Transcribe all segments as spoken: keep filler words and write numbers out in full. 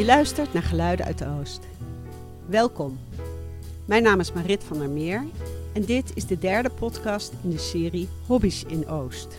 Je luistert naar Geluiden uit de Oost. Welkom. Mijn naam is Marit van der Meer en dit is de derde podcast in de serie Hobby's in Oost.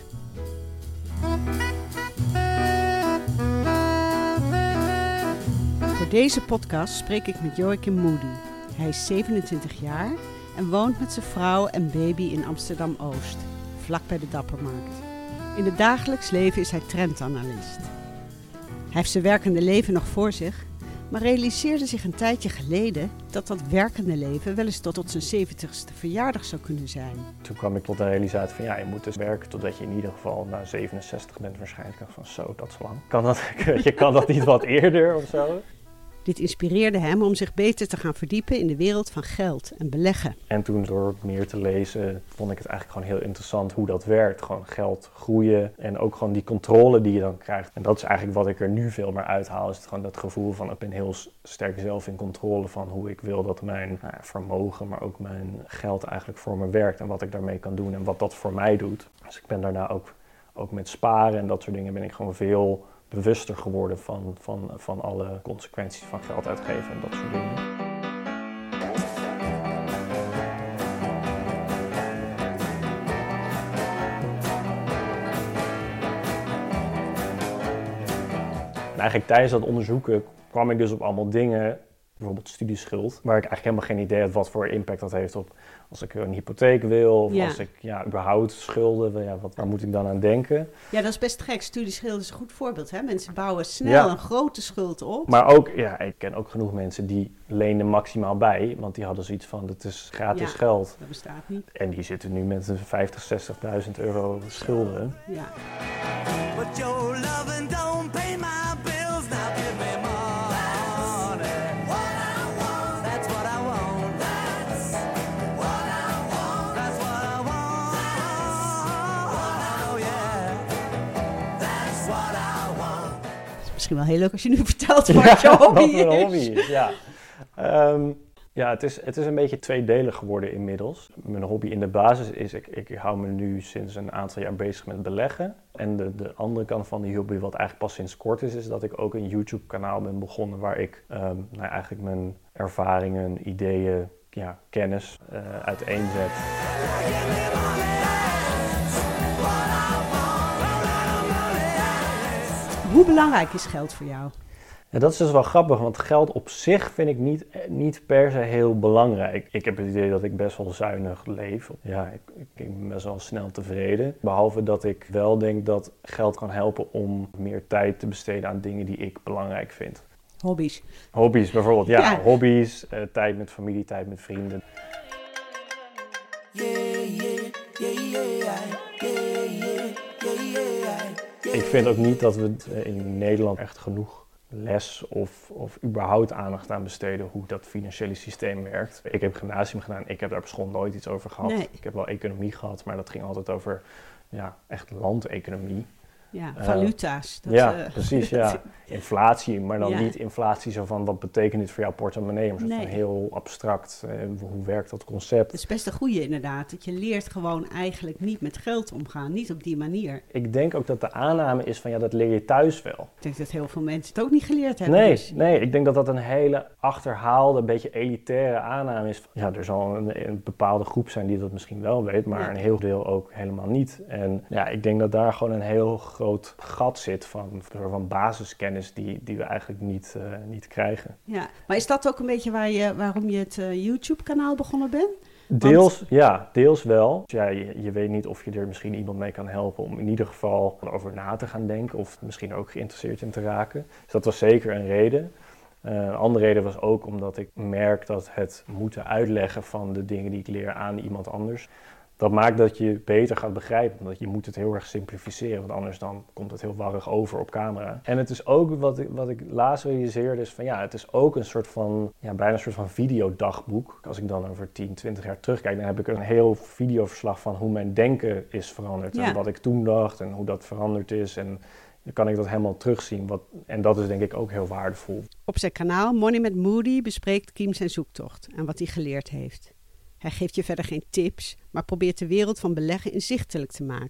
Voor deze podcast spreek ik met Joachim Moody. Hij is zevenentwintig jaar en woont met zijn vrouw en baby in Amsterdam-Oost, vlak bij de Dappermarkt. In het dagelijks leven is hij trendanalist. Hij heeft zijn werkende leven nog voor zich, maar realiseerde zich een tijdje geleden dat dat werkende leven wel eens tot, tot zijn zeventigste verjaardag zou kunnen zijn. Toen kwam ik tot de realisatie van ja, je moet dus werken totdat je in ieder geval na zevenenzestig bent waarschijnlijk. Ik dacht van zo, dat is lang. Kan dat, je kan dat niet wat eerder of zo? Dit inspireerde hem om zich beter te gaan verdiepen in de wereld van geld en beleggen. En toen door meer te lezen vond ik het eigenlijk gewoon heel interessant hoe dat werkt. Gewoon geld groeien en ook gewoon die controle die je dan krijgt. En dat is eigenlijk wat ik er nu veel meer uithaal. Is het gewoon dat gevoel van ik ben heel sterk zelf in controle van hoe ik wil dat mijn nou ja, vermogen, maar ook mijn geld eigenlijk voor me werkt. En wat ik daarmee kan doen en wat dat voor mij doet. Dus ik ben daarna ook, ook met sparen en dat soort dingen ben ik gewoon veel bewuster geworden van, van, van alle consequenties van geld uitgeven en dat soort dingen. En eigenlijk tijdens dat onderzoeken kwam ik dus op allemaal dingen, bijvoorbeeld studieschuld, waar ik eigenlijk helemaal geen idee had wat voor impact dat heeft op als ik een hypotheek wil of ja. als ik ja, überhaupt schulden, ja, wat, waar moet ik dan aan denken? Ja, dat is best gek. Studieschuld is een goed voorbeeld. Hè? Mensen bouwen snel ja. een grote schuld op. Maar ook, ja, ik ken ook genoeg mensen die leenden maximaal bij, want die hadden zoiets van, het is gratis ja, geld. Dat bestaat niet. En die zitten nu met een vijftig, zestigduizend euro schulden. Ja. But your loving don't pay my bills, now give me money. What I want, that's what I want. That's what I want. That's what I want. Oh yeah, that's what I want. Het is misschien wel heel leuk als je nu vertelt wat je hobby wat mijn is. hobby is. Ja, um, ja het, is, het is een beetje tweedelig geworden inmiddels. Mijn hobby in de basis is, ik, ik hou me nu sinds een aantal jaar bezig met beleggen. En de, de andere kant van die hobby, wat eigenlijk pas sinds kort is, is dat ik ook een YouTube-kanaal ben begonnen waar ik um, nou, eigenlijk mijn ervaringen, ideeën, ja, kennis uh, uiteenzet. Hoe belangrijk is geld voor jou? Ja, dat is dus wel grappig, want geld op zich vind ik niet, niet per se heel belangrijk. Ik heb het idee dat ik best wel zuinig leef. Ja, ik, ik ben best wel snel tevreden. Behalve dat ik wel denk dat geld kan helpen om meer tijd te besteden aan dingen die ik belangrijk vind. Hobby's. Hobby's bijvoorbeeld, ja. Ja. Hobby's, uh, tijd met familie, tijd met vrienden. Yeah, yeah, yeah, yeah, yeah, yeah, yeah, yeah. Ik vind ook niet dat we in Nederland echt genoeg les of, of überhaupt aandacht aan besteden hoe dat financiële systeem werkt. Ik heb gymnasium gedaan, ik heb daar op school nooit iets over gehad. Nee. Ik heb wel economie gehad, maar dat ging altijd over ja, echt landeconomie. Ja, Uh, valuta's. Dat, ja, uh, precies, ja. Inflatie, maar dan Ja. niet inflatie zo van wat betekent dit voor jouw portemonnee, maar zo Nee. van heel abstract, eh, hoe werkt dat concept. Dat is best een goeie inderdaad. Dat je leert gewoon eigenlijk niet met geld omgaan. Niet op die manier. Ik denk ook dat de aanname is van ja, dat leer je thuis wel. Ik denk dat heel veel mensen het ook niet geleerd hebben. Nee, Dus. nee, ik denk dat dat een hele achterhaalde, een beetje elitaire aanname is. Ja, er zal een, een bepaalde groep zijn die dat misschien wel weet, maar Ja. een heel deel ook helemaal niet. En ja, ik denk dat daar gewoon een heel groot gat zit van, van basiskennis die, die we eigenlijk niet, uh, niet krijgen. Ja. Maar is dat ook een beetje waar je, waarom je het uh, YouTube-kanaal begonnen bent? Deels, Want... ja, deels wel. Ja, je, je weet niet of je er misschien iemand mee kan helpen om in ieder geval over na te gaan denken of misschien ook geïnteresseerd in te raken. Dus dat was zeker een reden. Uh, een andere reden was ook omdat ik merk dat het moeten uitleggen van de dingen die ik leer aan iemand anders, dat maakt dat je beter gaat begrijpen, omdat je moet het heel erg simplificeren, want anders dan komt het heel warrig over op camera. En het is ook, wat ik, wat ik laatst realiseerde, is van ja, het is ook een soort van, ja, bijna een soort van videodagboek. Als ik dan over tien, twintig jaar terugkijk, dan heb ik een heel videoverslag van hoe mijn denken is veranderd. Ja. En wat ik toen dacht en hoe dat veranderd is. En dan kan ik dat helemaal terugzien. Wat, en dat is denk ik ook heel waardevol. Op zijn kanaal Money met Moody bespreekt Kiem zijn zoektocht en wat hij geleerd heeft. Hij geeft je verder geen tips, maar probeert de wereld van beleggen inzichtelijk te maken.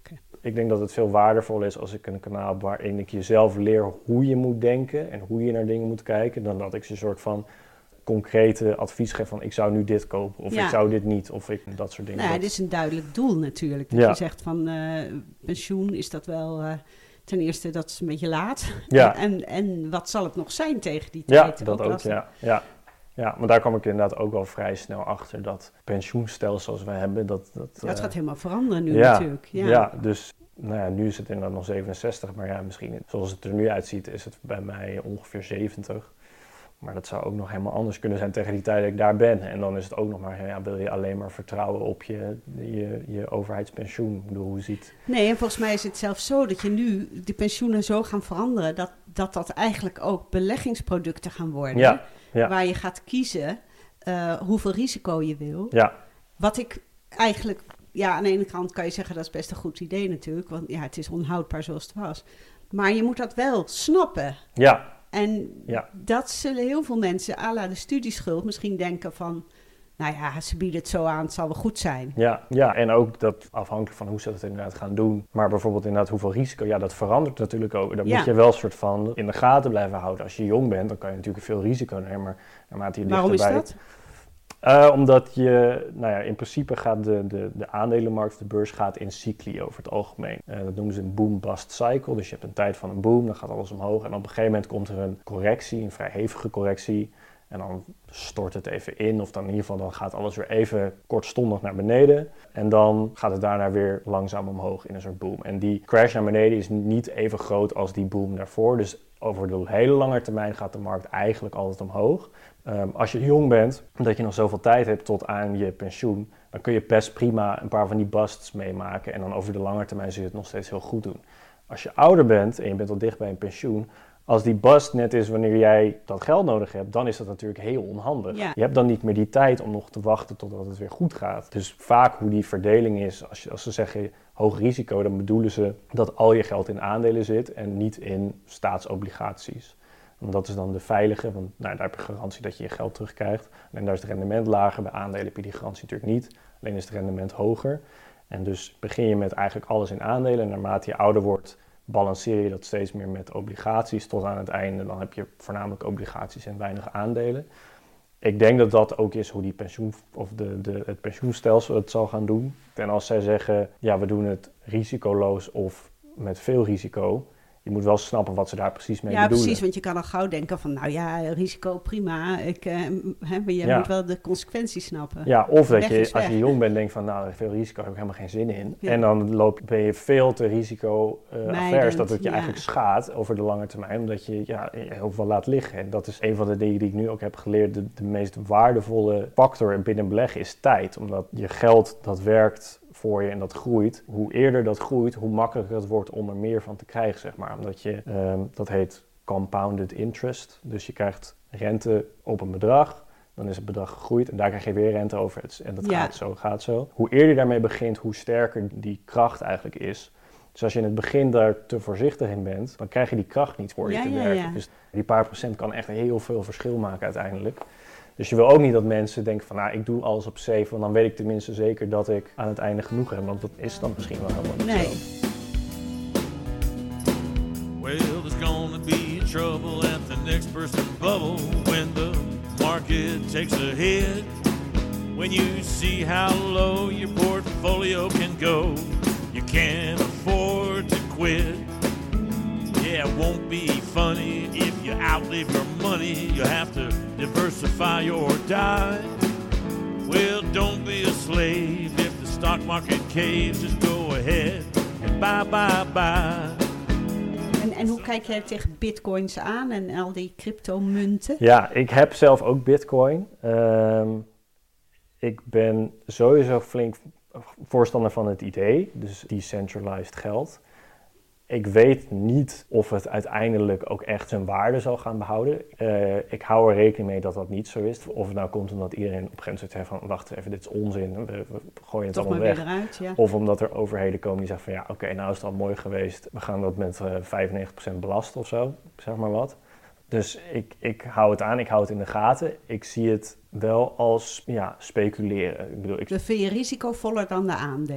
Ik denk dat het veel waardevol is als ik een kanaal heb waarin ik jezelf leer hoe je moet denken en hoe je naar dingen moet kijken, dan dat ik je een soort van concrete advies geef van ik zou nu dit kopen of Ja. ik zou dit niet of ik dat soort dingen. Nou, ja, Dat- dit is een duidelijk doel natuurlijk. Dat Ja. je zegt van uh, pensioen is dat wel... Uh, ten eerste, dat is een beetje laat. Ja. En, en wat zal het nog zijn tegen die Ja, tijd? dat ook, lastig. ja. ja. Ja, maar daar kwam ik inderdaad ook wel vrij snel achter dat pensioenstelsel zoals wij hebben, dat... dat Ja, het uh, gaat helemaal veranderen nu ja, natuurlijk. Ja. ja, dus nou ja, nu is het inderdaad nog zevenenzestig, maar ja, misschien zoals het er nu uitziet is het bij mij ongeveer zeventig. Maar dat zou ook nog helemaal anders kunnen zijn tegen die tijd dat ik daar ben. En dan is het ook nog maar, ja, wil je alleen maar vertrouwen op je, je, je overheidspensioen? Ik bedoel, hoe ziet... Nee, en volgens mij is het zelfs zo dat je nu de pensioenen zo gaan veranderen, dat dat, dat eigenlijk ook beleggingsproducten gaan worden. Ja, ja. Waar je gaat kiezen uh, hoeveel risico je wil. Ja. Wat ik eigenlijk, ja, aan de ene kant kan je zeggen dat is best een goed idee natuurlijk, want ja, het is onhoudbaar zoals het was. Maar je moet dat wel snappen. Ja. En ja. dat zullen heel veel mensen, à la de studieschuld, misschien denken van, nou ja, ze bieden het zo aan, het zal wel goed zijn. Ja, ja, en ook dat afhankelijk van hoe ze dat inderdaad gaan doen. Maar bijvoorbeeld inderdaad hoeveel risico, ja, dat verandert natuurlijk ook. Dan Ja. moet je wel een soort van in de gaten blijven houden. Als je jong bent, dan kan je natuurlijk veel risico nemen. Maar naarmate je Waarom is dichterbij... dat? Uh, omdat je, nou ja, in principe gaat de, de, de aandelenmarkt, de beurs gaat in cycli over het algemeen. Uh, dat noemen ze een boom-bust cycle. Dus je hebt een tijd van een boom, dan gaat alles omhoog. En op een gegeven moment komt er een correctie, een vrij hevige correctie. En dan stort het even in, of dan in ieder geval dan gaat alles weer even kortstondig naar beneden. En dan gaat het daarna weer langzaam omhoog in een soort boom. En die crash naar beneden is niet even groot als die boom daarvoor. Dus over de hele lange termijn gaat de markt eigenlijk altijd omhoog. Um, als je jong bent, dat je nog zoveel tijd hebt tot aan je pensioen, dan kun je best prima een paar van die busts meemaken. En dan over de lange termijn zul je het nog steeds heel goed doen. Als je ouder bent en je bent al dicht bij een pensioen, als die bust net is wanneer jij dat geld nodig hebt, dan is dat natuurlijk heel onhandig. Ja. Je hebt dan niet meer die tijd om nog te wachten totdat het weer goed gaat. Dus vaak hoe die verdeling is, als, je, als ze zeggen hoog risico, dan bedoelen ze dat al je geld in aandelen zit en niet in staatsobligaties. Want dat is dan de veilige, want nou, daar heb je garantie dat je je geld terugkrijgt. Alleen daar is het rendement lager, bij aandelen heb je die garantie natuurlijk niet. Alleen is het rendement hoger. En dus begin je met eigenlijk alles in aandelen en naarmate je ouder wordt, balanceer je dat steeds meer met obligaties tot aan het einde. Dan heb je voornamelijk obligaties en weinig aandelen. Ik denk dat dat ook is hoe die pensioen, of de, de, het pensioenstelsel het zal gaan doen. En als zij zeggen, ja, we doen het risicoloos of met veel risico, je moet wel snappen wat ze daar precies mee ja, bedoelen. precies, want je kan al gauw denken van, nou ja, risico, prima. Ik, uh, hè, maar je Ja. moet wel de consequenties snappen. Ja, of dat Weg je, is als je weg. jong bent, denkt van, nou, veel risico heb ik helemaal geen zin in. Ja. En dan loop, ben je veel te risico-avers Mijdend, dat het je ja. eigenlijk schaadt over de lange termijn, omdat je ja, heel veel laat liggen. En dat is een van de dingen die ik nu ook heb geleerd. De, de meest waardevolle factor binnen beleggen is tijd. Omdat je geld, dat werkt voor je en dat groeit. Hoe eerder dat groeit, hoe makkelijker het wordt om er meer van te krijgen, zeg maar. Omdat je, um, dat heet compounded interest. Dus je krijgt rente op een bedrag. Dan is het bedrag gegroeid en daar krijg je weer rente over. En dat Ja. gaat zo, gaat zo. Hoe eerder je daarmee begint, hoe sterker die kracht eigenlijk is. Dus als je in het begin daar te voorzichtig in bent, dan krijg je die kracht niet voor je Ja, te ja, werken. ja. Dus die paar procent kan echt heel veel verschil maken uiteindelijk. Dus je wil ook niet dat mensen denken van, nou, ik doe alles op safe, want dan weet ik tenminste zeker dat ik aan het einde genoeg heb. Want dat is dan misschien wel helemaal niet Nee. zo. Well, there's gonna be trouble at the next person's bubble when the market takes a hit. When you see how low your portfolio can go, you can't afford to quit. Yeah, it won't be funny if you outlive your money. You have to diversify your die. Well, don't be a slave if the stock market caves. Just go ahead and buy, buy, buy. En, en hoe kijk jij tegen bitcoins aan en al die cryptomunten? Ja, ik heb zelf ook Bitcoin. Um, ik ben sowieso flink voorstander van het idee, dus decentralized geld. Ik weet niet of het uiteindelijk ook echt zijn waarde zal gaan behouden. Uh, ik hou er rekening mee dat dat niet zo is. Of het nou komt omdat iedereen op een gegeven moment zegt van, wacht even, dit is onzin, we, we gooien het Toch maar allemaal weer weg. eruit, ja. Of omdat er overheden komen die zeggen van, ja, oké, okay, nou is het al mooi geweest, we gaan dat met uh, vijfennegentig procent belasten of zo, zeg maar wat. Dus ik, ik hou het aan, ik hou het in de gaten. Ik zie het wel als ja, speculeren. Ik bedoel, ik... Dat vind je risicovoller dan de aandelen?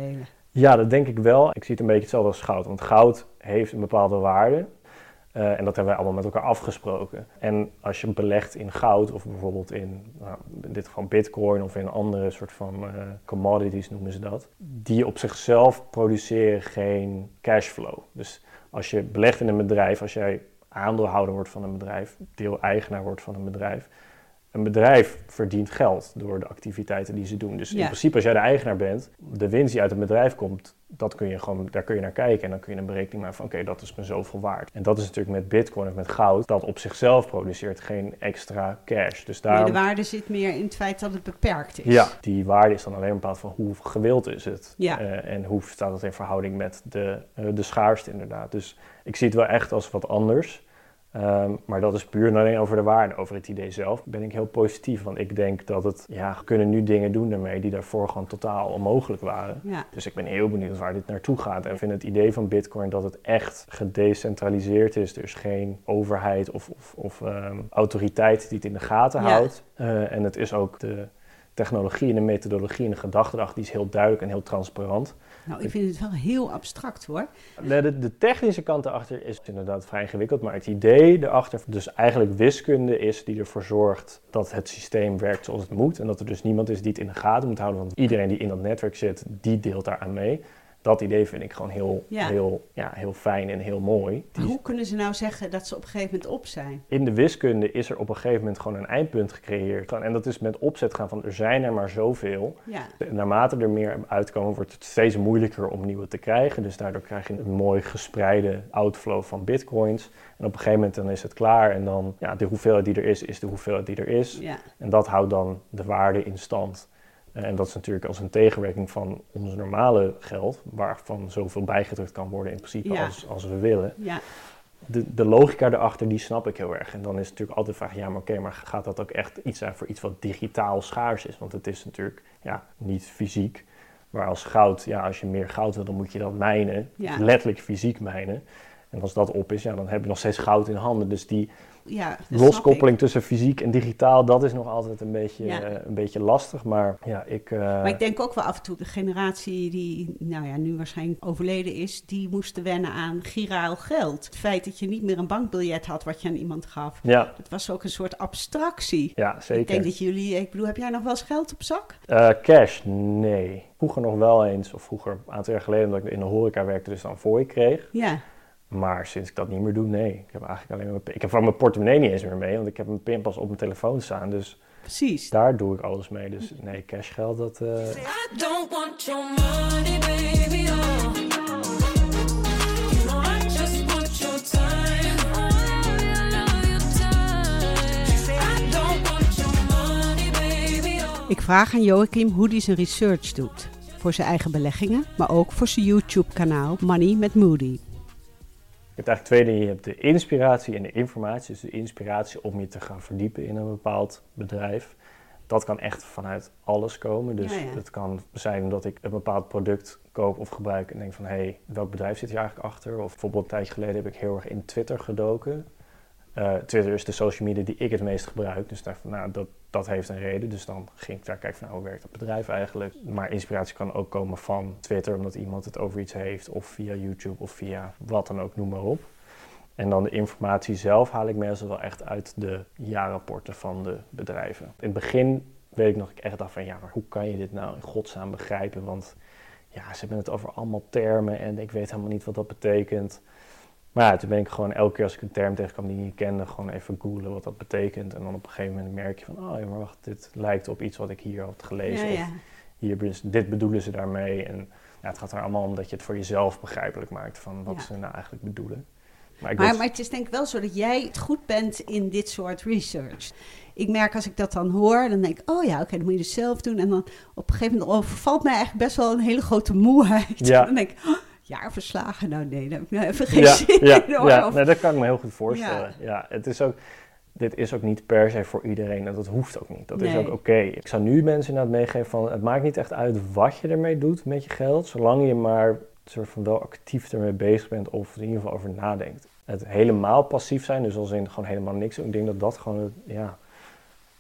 Ja, dat denk ik wel. Ik zie het een beetje hetzelfde als goud. Want goud heeft een bepaalde waarde. Uh, en dat hebben wij allemaal met elkaar afgesproken. En als je belegt in goud, of bijvoorbeeld in, nou, in dit geval bitcoin of in andere soort van uh, commodities noemen ze dat. Die op zichzelf produceren geen cashflow. Dus als je belegt in een bedrijf, als jij aandeelhouder wordt van een bedrijf, deel-eigenaar wordt van een bedrijf. Een bedrijf verdient geld door de activiteiten die ze doen. Dus Ja. in principe als jij de eigenaar bent, de winst die uit het bedrijf komt, dat kun je gewoon, daar kun je naar kijken. En dan kun je een berekening maken van oké, okay, dat is me zoveel waard. En dat is natuurlijk met bitcoin of met goud, dat op zichzelf produceert geen extra cash. Dus daarom, Nee, de waarde zit meer in het feit dat het beperkt is. ja, die waarde is dan alleen bepaald van hoe gewild is het. Ja. Uh, en hoe staat het in verhouding met de, uh, de schaarste inderdaad. Dus ik zie het wel echt als wat anders. Um, maar dat is puur en alleen over de waarde. Over het idee zelf ben ik heel positief. Want ik denk dat het, ja, we kunnen nu dingen doen daarmee die daarvoor gewoon totaal onmogelijk waren. Ja. Dus ik ben heel benieuwd waar dit naartoe gaat. En ik vind het idee van bitcoin dat het echt gedecentraliseerd is. Er is geen overheid of, of, of um, autoriteit die het in de gaten Ja. houdt. Uh, en het is ook de technologie en de methodologie en de gedachtedag, die is heel duidelijk en heel transparant. Nou, ik vind het wel heel abstract hoor. De, de, de technische kant erachter is inderdaad vrij ingewikkeld, maar het idee erachter, dus eigenlijk wiskunde is die ervoor zorgt dat het systeem werkt zoals het moet. En dat er dus niemand is die het in de gaten moet houden, want iedereen die in dat netwerk zit, die deelt daaraan mee. Dat idee vind ik gewoon heel, Ja. heel, ja, heel fijn en heel mooi. Maar hoe kunnen ze nou zeggen dat ze op een gegeven moment op zijn? In de wiskunde is er op een gegeven moment gewoon een eindpunt gecreëerd. En dat is met opzet gaan van er zijn er maar zoveel. Ja. Naarmate er meer uitkomen wordt het steeds moeilijker om nieuwe te krijgen. Dus daardoor krijg je een mooi gespreide outflow van bitcoins. En op een gegeven moment dan is het klaar. En dan, ja, de hoeveelheid die er is, is de hoeveelheid die er is. Ja. En dat houdt dan de waarde in stand. En dat is natuurlijk als een tegenwerking van ons normale geld, waarvan zoveel bijgedrukt kan worden in principe Ja. als, als we willen. Ja. De, de logica erachter, die snap ik heel erg. En dan is het natuurlijk altijd de vraag, ja, maar oké, maar gaat dat ook echt iets zijn voor iets wat digitaal schaars is? Want het is natuurlijk, ja, niet fysiek. Maar als goud, ja, als je meer goud wil, dan moet je dat mijnen. Ja. Letterlijk fysiek mijnen. En als dat op is, ja, dan heb je nog steeds goud in handen. Dus die Ja, dat snap loskoppeling tussen fysiek en digitaal, dat is nog altijd een beetje, Ja. uh, een beetje lastig. Maar ja, ik... Uh... Maar ik denk ook wel af en toe, de generatie die nou ja, nu waarschijnlijk overleden is, die moesten wennen aan giraal geld. Het feit dat je niet meer een bankbiljet had wat je aan iemand gaf, Ja, dat was ook een soort abstractie. ja, zeker. Ik denk dat jullie, ik bedoel, heb jij nog wel eens geld op zak? Uh, cash, nee. Vroeger nog wel eens, of vroeger een aantal jaar geleden, omdat ik in de horeca werkte, dus dan voor ik kreeg. Ja. Maar sinds ik dat niet meer doe, nee. Ik heb eigenlijk alleen maar mijn, ik heb van mijn portemonnee niet eens meer mee, want ik heb mijn pinpas op mijn telefoon staan. Dus Precies. daar doe ik alles mee. Dus nee, cashgeld, dat... Uh... I don't want your money, baby, oh. You know I just want your time. Oh, I love your time. I don't want your money, baby, oh. Ik vraag aan Joachim hoe hij zijn research doet. Voor zijn eigen beleggingen, maar ook voor zijn YouTube-kanaal Money met Moody. Je hebt eigenlijk twee dingen. Je hebt de inspiratie en de informatie. Dus de inspiratie om je te gaan verdiepen in een bepaald bedrijf. Dat kan echt vanuit alles komen. Dus Ja, ja. het kan zijn dat ik een bepaald product koop of gebruik en denk van, hé, hey, welk bedrijf zit hier eigenlijk achter? Of bijvoorbeeld een tijdje geleden heb ik heel erg in Twitter gedoken. Uh, Twitter is de social media die ik het meest gebruik. Dus dacht van, nou, dat, dat heeft een reden. Dus dan ging ik daar kijken van, nou, hoe werkt dat bedrijf eigenlijk? Maar inspiratie kan ook komen van Twitter, omdat iemand het over iets heeft. Of via YouTube of via wat dan ook, noem maar op. En dan de informatie zelf haal ik meestal wel echt uit de jaarrapporten van de bedrijven. In het begin weet ik nog, ik echt dacht van, ja, maar hoe kan je dit nou in godsnaam begrijpen? Want ja, ze hebben het over allemaal termen en ik weet helemaal niet wat dat betekent. Maar ja, toen ben ik gewoon elke keer als ik een term tegenkwam die ik niet kende, gewoon even googlen wat dat betekent. En dan op een gegeven moment merk je van, oh ja, maar wacht, dit lijkt op iets wat ik hier had gelezen. Ja, ja. Of hier, dit bedoelen ze daarmee. En ja, het gaat er allemaal om dat je het voor jezelf begrijpelijk maakt van wat Ja. ze nou eigenlijk bedoelen. Maar, ik Maar, weet- maar het is denk ik wel zo dat jij het goed bent in dit soort research. Ik merk als ik dat dan hoor, dan denk ik, oh ja, oké, dan moet je het zelf doen. En dan op een gegeven moment overvalt mij eigenlijk best wel een hele grote moeheid. Ja. Dan denk ik, oh, jaarverslagen, nou nee, daar heb ik nou even geen ja, zin ja, in. Hoor. ja, Of- nee, dat kan ik me heel goed voorstellen. Ja. het is ook, dit is ook niet per se voor iedereen en dat hoeft ook niet. Dat is Nee. ook oké. Ik zou nu mensen inderdaad meegeven van, het maakt niet echt uit wat je ermee doet met je geld, zolang je maar soort van wel actief ermee bezig bent of er in ieder geval over nadenkt. Het helemaal passief zijn, dus als in gewoon helemaal niks doen, ik denk dat dat gewoon, het- ja,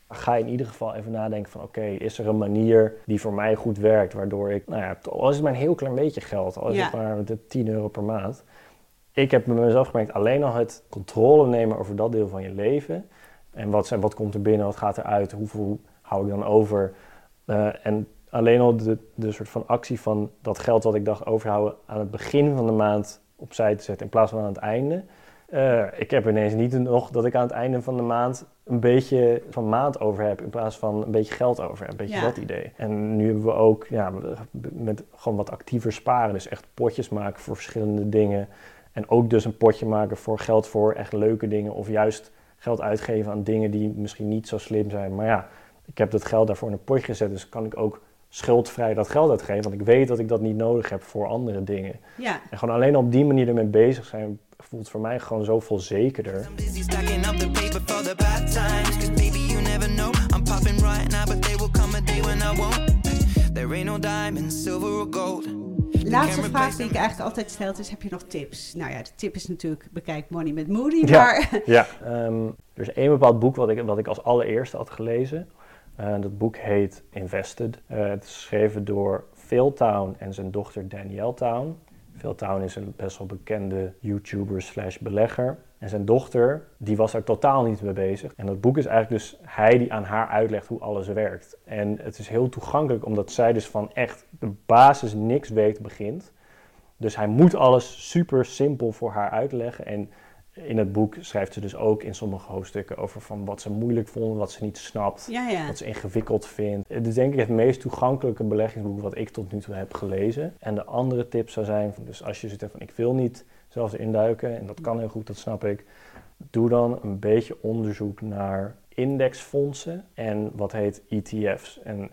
Ga in ieder geval even nadenken van oké, is er een manier die voor mij goed werkt, waardoor ik, nou ja, al is het maar een heel klein beetje geld, al is Ja. het maar de tien euro per maand. Ik heb bij mezelf gemerkt, alleen al het controle nemen over dat deel van je leven. En wat, zijn, wat komt er binnen, wat gaat eruit, hoeveel hou ik dan over. Uh, en alleen al de, de soort van actie van dat geld wat ik dacht overhouden aan het begin van de maand opzij te zetten in plaats van aan het einde. Uh, ik heb ineens niet nog dat ik aan het einde van de maand een beetje van maand over heb in plaats van een beetje geld over heb. Een beetje Ja. dat idee. En nu hebben we ook ja, met gewoon wat actiever sparen. Dus echt potjes maken voor verschillende dingen. En ook dus een potje maken voor geld voor echt leuke dingen. Of juist geld uitgeven aan dingen die misschien niet zo slim zijn. Maar ja, ik heb dat geld daarvoor in een potje gezet. Dus kan ik ook schuldvrij dat geld uitgeven. Want ik weet dat ik dat niet nodig heb voor andere dingen. Ja. En gewoon alleen op die manier ermee bezig zijn voelt voor mij gewoon zoveel zekerder. I'm busy stacking up the paper for the bad times. Cause baby, you never know. I'm popping right now, but there will come a day when I won't. There ain't no diamond, silver or gold. De laatste vraag die ik eigenlijk altijd stel is, heb je nog tips? Nou ja, de tip is natuurlijk, bekijk Money met Moody, Ja, maar... ja. Um, er is één bepaald boek wat ik, wat ik als allereerste had gelezen. Uh, dat boek heet Invested. Uh, het is geschreven door Phil Town en zijn dochter Danielle Town. Phil Town is een best wel bekende YouTuber slash belegger. En zijn dochter, die was daar totaal niet mee bezig. En dat boek is eigenlijk dus hij die aan haar uitlegt hoe alles werkt. En het is heel toegankelijk, omdat zij dus van echt de basis niks weet begint. Dus hij moet alles super simpel voor haar uitleggen. En in het boek schrijft ze dus ook in sommige hoofdstukken over van wat ze moeilijk vond, wat ze niet snapt, Ja, ja. wat ze ingewikkeld vindt. Het is denk ik het meest toegankelijke beleggingsboek wat ik tot nu toe heb gelezen. En de andere tip zou zijn, dus als je zit van ik wil niet zelfs induiken, en dat kan heel goed, dat snap ik, doe dan een beetje onderzoek naar indexfondsen en wat heet E T F's. En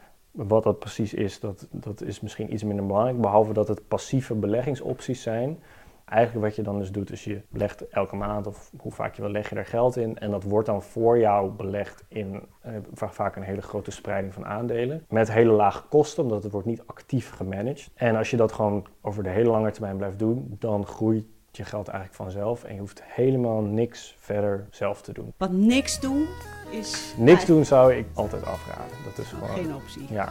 wat dat precies is, dat, dat is misschien iets minder belangrijk, behalve dat het passieve beleggingsopties zijn. Eigenlijk wat je dan dus doet, is je belegt elke maand of hoe vaak je wil, leg je daar geld in. En dat wordt dan voor jou belegd in uh, vaak een hele grote spreiding van aandelen. Met hele lage kosten, omdat het wordt niet actief gemanaged. En als je dat gewoon over de hele lange termijn blijft doen, dan groeit je geld eigenlijk vanzelf. En je hoeft helemaal niks verder zelf te doen. Wat niks doen is... Niks doen zou ik altijd afraden. Dat is eigenlijk gewoon... geen optie. Ja.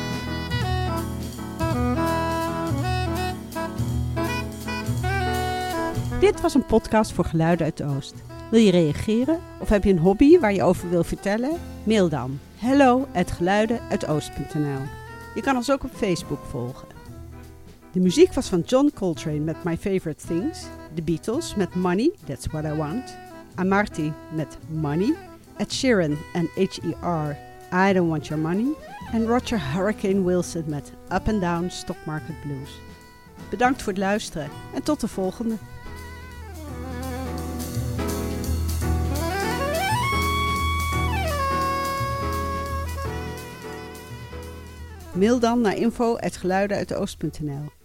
Dit was een podcast voor Geluiden uit de Oost. Wil je reageren of heb je een hobby waar je over wil vertellen? Mail dan hello at geluiden uit oost punt n l. Je kan ons ook op Facebook volgen. De muziek was van John Coltrane met My Favorite Things, The Beatles met Money, That's What I Want, Amarty met Money, Ed Sheeran en H E R, I Don't Want Your Money en Roger Hurricane Wilson met Up and Down Stock Market Blues. Bedankt voor het luisteren en tot de volgende. Mail dan naar info at geluiden uit oost punt n l.